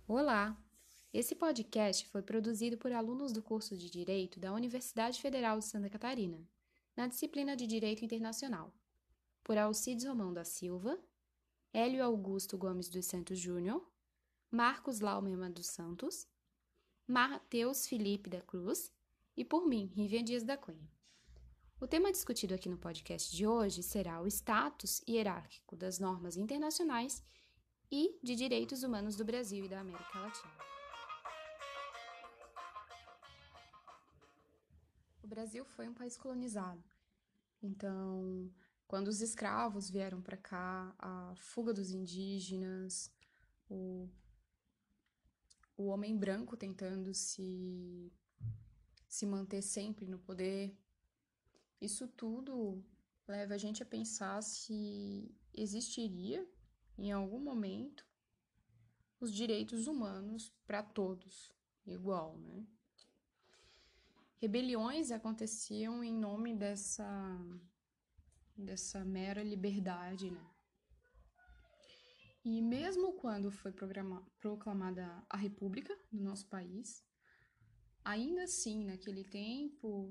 Olá! Esse podcast foi produzido por alunos do curso de Direito da Universidade Federal de Santa Catarina, na disciplina de Direito Internacional, por Alcides Romão da Silva, Hélio Augusto Gomes dos Santos Júnior, Marcos Laumerman dos Santos, Mateus Felipe da Cruz e por mim, Rivian Dias da Cunha. O tema discutido aqui no podcast de hoje será o status hierárquico das normas internacionais e de direitos humanos do Brasil e da América Latina. O Brasil foi um país colonizado, então, quando os escravos vieram para cá, a fuga dos indígenas, o homem branco tentando se manter sempre no poder, isso tudo leva a gente a pensar se existiria, em algum momento, os direitos humanos para todos, igual, né? Rebeliões aconteciam em nome dessa mera liberdade, né? E mesmo quando foi proclamada a República do nosso país, ainda assim, naquele tempo,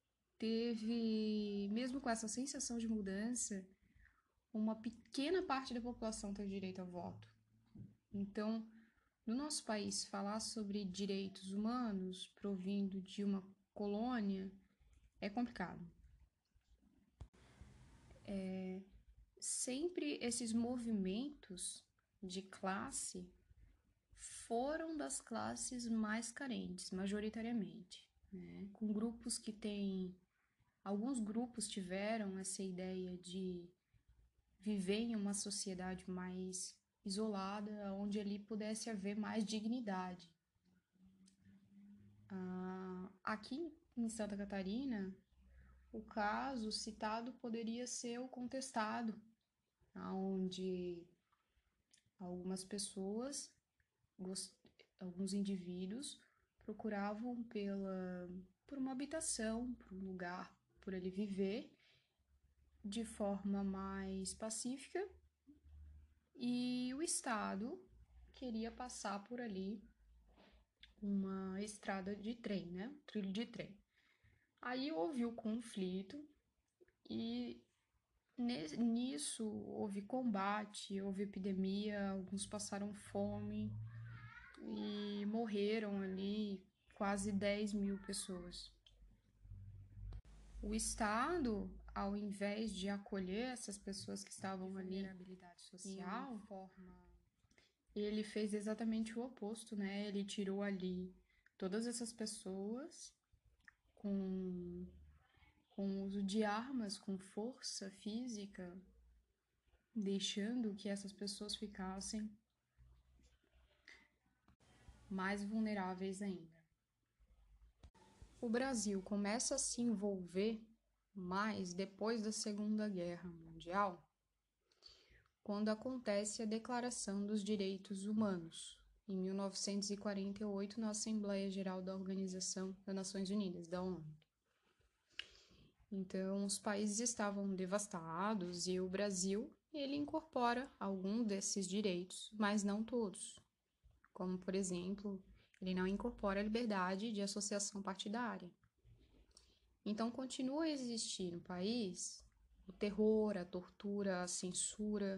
teve, mesmo com essa sensação de mudança, uma pequena parte da população teve direito ao voto. Então, no nosso país, falar sobre direitos humanos provindo de uma colônia é complicado. Sempre esses movimentos de classe foram das classes mais carentes, majoritariamente, né? Com grupos que têm... Alguns grupos tiveram essa ideia de viver em uma sociedade mais isolada, onde ali pudesse haver mais dignidade. Aqui em Santa Catarina, o caso citado poderia ser o contestado, onde algumas pessoas, alguns indivíduos, procuravam por uma habitação, por um lugar, por ele viver de forma mais pacífica, e o Estado queria passar por ali uma estrada de trem, né? Um trilho de trem. Aí houve o conflito e nisso houve combate, houve epidemia, alguns passaram fome e morreram ali quase 10.000 pessoas. O Estado, ao invés de acolher essas pessoas que estavam ali vulnerabilidade social, ele fez exatamente o oposto, né? Ele tirou ali todas essas pessoas com uso de armas, com força física, deixando que essas pessoas ficassem mais vulneráveis ainda. O Brasil começa a se envolver mais depois da Segunda Guerra Mundial, quando acontece a Declaração dos Direitos Humanos, em 1948, na Assembleia Geral da Organização das Nações Unidas, da ONU. Então, os países estavam devastados e o Brasil, ele incorpora alguns desses direitos, mas não todos. Como, por exemplo, ele não incorpora a liberdade de associação partidária. Então, continua a existir no país o terror, a tortura, a censura.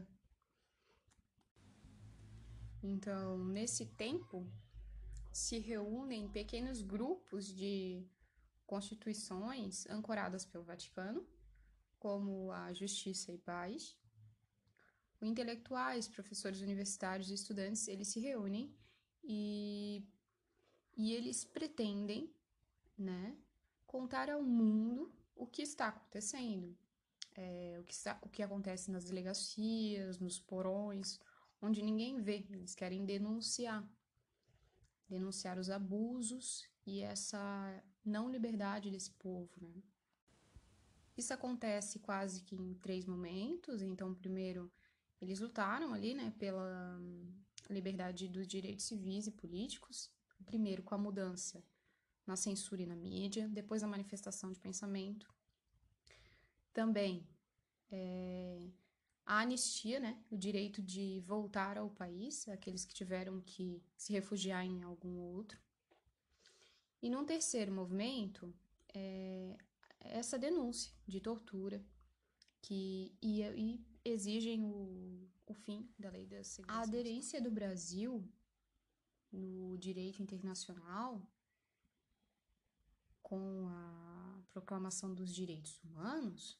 Então, nesse tempo, se reúnem pequenos grupos de constituições ancoradas pelo Vaticano, como a Justiça e Paz. Intelectuais, professores universitários e estudantes, eles se reúnem e eles pretendem, né, contar ao mundo o que está acontecendo, o que acontece nas delegacias, nos porões, onde ninguém vê. Eles querem denunciar os abusos e essa não liberdade desse povo, né? Isso acontece quase que em 3 momentos. Então, primeiro, eles lutaram ali, né, pela liberdade dos direitos civis e políticos. Primeiro, com a mudança na censura e na mídia, depois a manifestação de pensamento. Também a anistia, né, o direito de voltar ao país, aqueles que tiveram que se refugiar em algum outro. E num terceiro movimento, essa denúncia de tortura e exigem o fim da lei da segurança. A aderência do Brasil no direito internacional com a Proclamação dos Direitos Humanos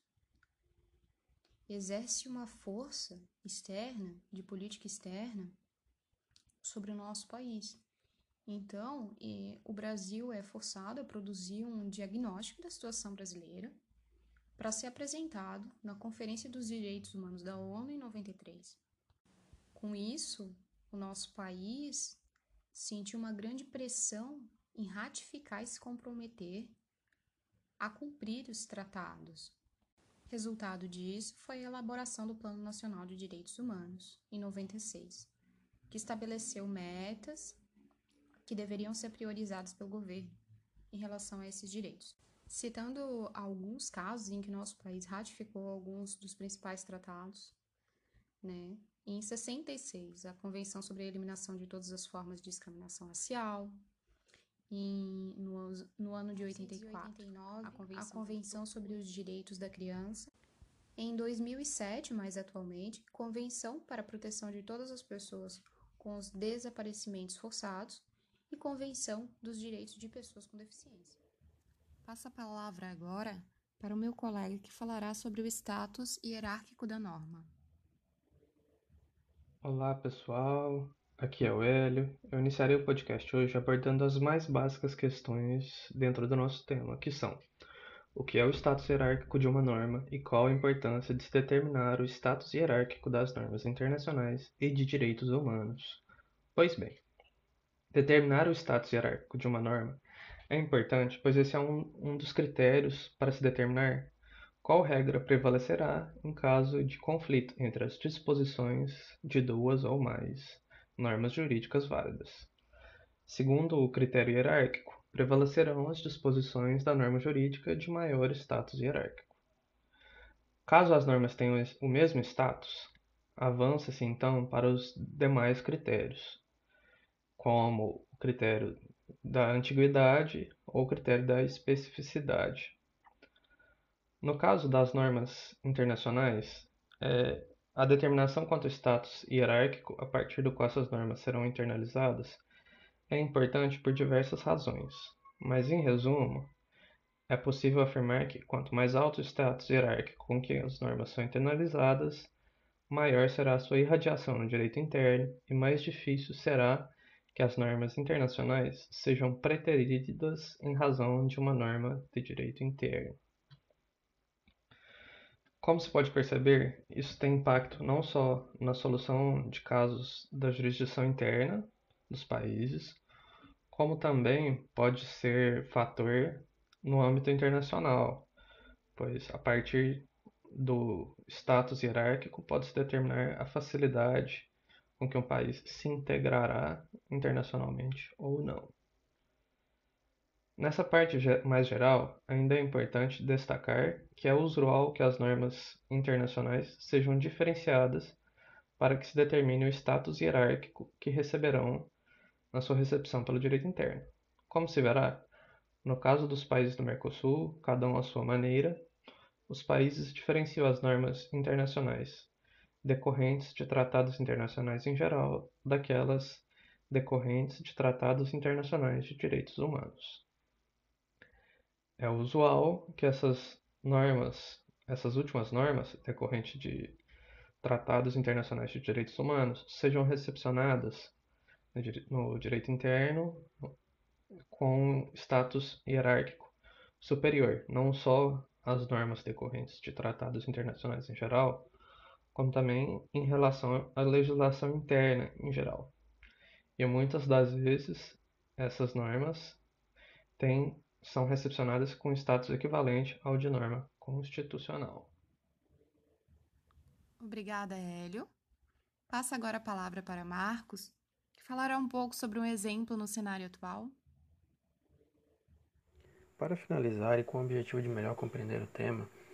exerce uma força externa, de política externa, sobre o nosso país. Então, o Brasil é forçado a produzir um diagnóstico da situação brasileira para ser apresentado na Conferência dos Direitos Humanos da ONU em 93. Com isso, o nosso país sentiu uma grande pressão em ratificar e se comprometer a cumprir os tratados. Resultado disso foi a elaboração do Plano Nacional de Direitos Humanos, em 96, que estabeleceu metas que deveriam ser priorizadas pelo governo em relação a esses direitos. Citando alguns casos em que nosso país ratificou alguns dos principais tratados, né? Em 66, a Convenção sobre a Eliminação de Todas as Formas de Discriminação Racial. No ano de 84, a Convenção sobre os Direitos da Criança. Em 2007, mais atualmente, Convenção para a Proteção de Todas as Pessoas com os Desaparecimentos Forçados e Convenção dos Direitos de Pessoas com Deficiência. Passo a palavra agora para o meu colega que falará sobre o status hierárquico da norma. Olá pessoal, aqui é o Hélio. Eu iniciarei o podcast hoje abordando as mais básicas questões dentro do nosso tema, que são: o que é o status hierárquico de uma norma e qual a importância de se determinar o status hierárquico das normas internacionais e de direitos humanos. Pois bem, determinar o status hierárquico de uma norma é importante, pois esse é um dos critérios para se determinar qual regra prevalecerá em caso de conflito entre as disposições de duas ou mais normas jurídicas válidas? Segundo o critério hierárquico, prevalecerão as disposições da norma jurídica de maior status hierárquico. Caso as normas tenham o mesmo status, avança-se então para os demais critérios, como o critério da antiguidade ou o critério da especificidade. No caso das normas internacionais, a determinação quanto ao status hierárquico a partir do qual essas normas serão internalizadas é importante por diversas razões, mas em resumo, é possível afirmar que quanto mais alto o status hierárquico com que as normas são internalizadas, maior será a sua irradiação no direito interno e mais difícil será que as normas internacionais sejam preteridas em razão de uma norma de direito interno. Como se pode perceber, isso tem impacto não só na solução de casos da jurisdição interna dos países, como também pode ser fator no âmbito internacional, pois a partir do status hierárquico pode-se determinar a facilidade com que um país se integrará internacionalmente ou não. Nessa parte mais geral, ainda é importante destacar que é usual que as normas internacionais sejam diferenciadas para que se determine o status hierárquico que receberão na sua recepção pelo direito interno. Como se verá, no caso dos países do Mercosul, cada um à sua maneira, os países diferenciam as normas internacionais decorrentes de tratados internacionais em geral daquelas decorrentes de tratados internacionais de direitos humanos. É usual que essas últimas normas, decorrentes de tratados internacionais de direitos humanos, sejam recepcionadas no direito interno com status hierárquico superior, não só às normas decorrentes de tratados internacionais em geral, como também em relação à legislação interna em geral. E muitas das vezes essas normas são recepcionadas com status equivalente ao de norma constitucional. Obrigada, Hélio. Passo agora a palavra para Marcos, que falará um pouco sobre um exemplo no cenário atual. Para finalizar e com o objetivo de melhor compreender o tema,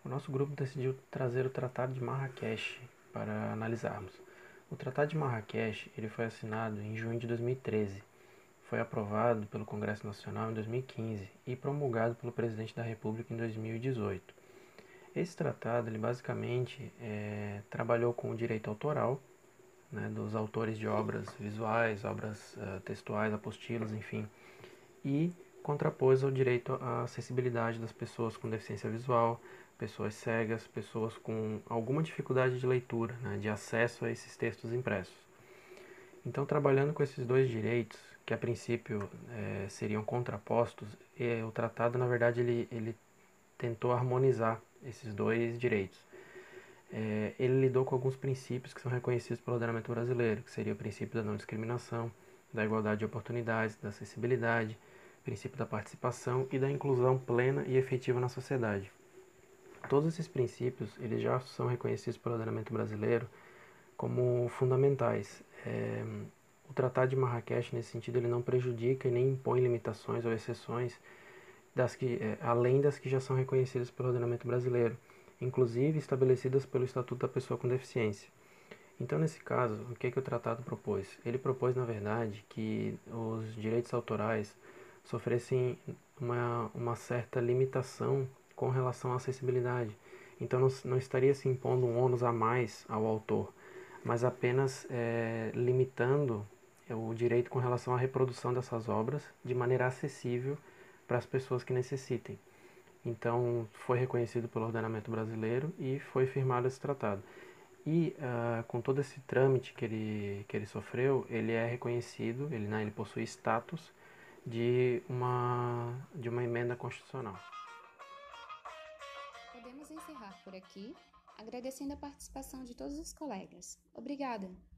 O nosso grupo decidiu trazer o Tratado de Marrakech para analisarmos. O Tratado de Marrakech ele foi assinado em junho de 2013, foi aprovado pelo Congresso Nacional em 2015 e promulgado pelo Presidente da República em 2018. Esse tratado ele basicamente trabalhou com o direito autoral, né, dos autores de obras visuais, obras textuais, apostilas, enfim, e contrapôs ao direito à acessibilidade das pessoas com deficiência visual, pessoas cegas, pessoas com alguma dificuldade de leitura, né, de acesso a esses textos impressos. Então, trabalhando com esses dois direitos, que a princípio seriam contrapostos, o tratado, na verdade, ele tentou harmonizar esses dois direitos. Ele lidou com alguns princípios que são reconhecidos pelo ordenamento brasileiro, que seria o princípio da não discriminação, da igualdade de oportunidades, da acessibilidade, princípio da participação e da inclusão plena e efetiva na sociedade. Todos esses princípios eles já são reconhecidos pelo ordenamento brasileiro como fundamentais. O Tratado de Marrakech, nesse sentido, ele não prejudica e nem impõe limitações ou exceções além das que já são reconhecidas pelo ordenamento brasileiro, inclusive estabelecidas pelo Estatuto da Pessoa com Deficiência. Então, nesse caso, o que o tratado propôs? Ele propôs, na verdade, que os direitos autorais sofressem uma certa limitação com relação à acessibilidade. Então, não estaria se impondo um ônus a mais ao autor, mas apenas limitando o direito com relação à reprodução dessas obras de maneira acessível para as pessoas que necessitem. Então, foi reconhecido pelo ordenamento brasileiro e foi firmado esse tratado. E com todo esse trâmite que ele sofreu, ele é reconhecido, ele possui status de uma emenda constitucional. Podemos encerrar por aqui, agradecendo a participação de todos os colegas. Obrigada!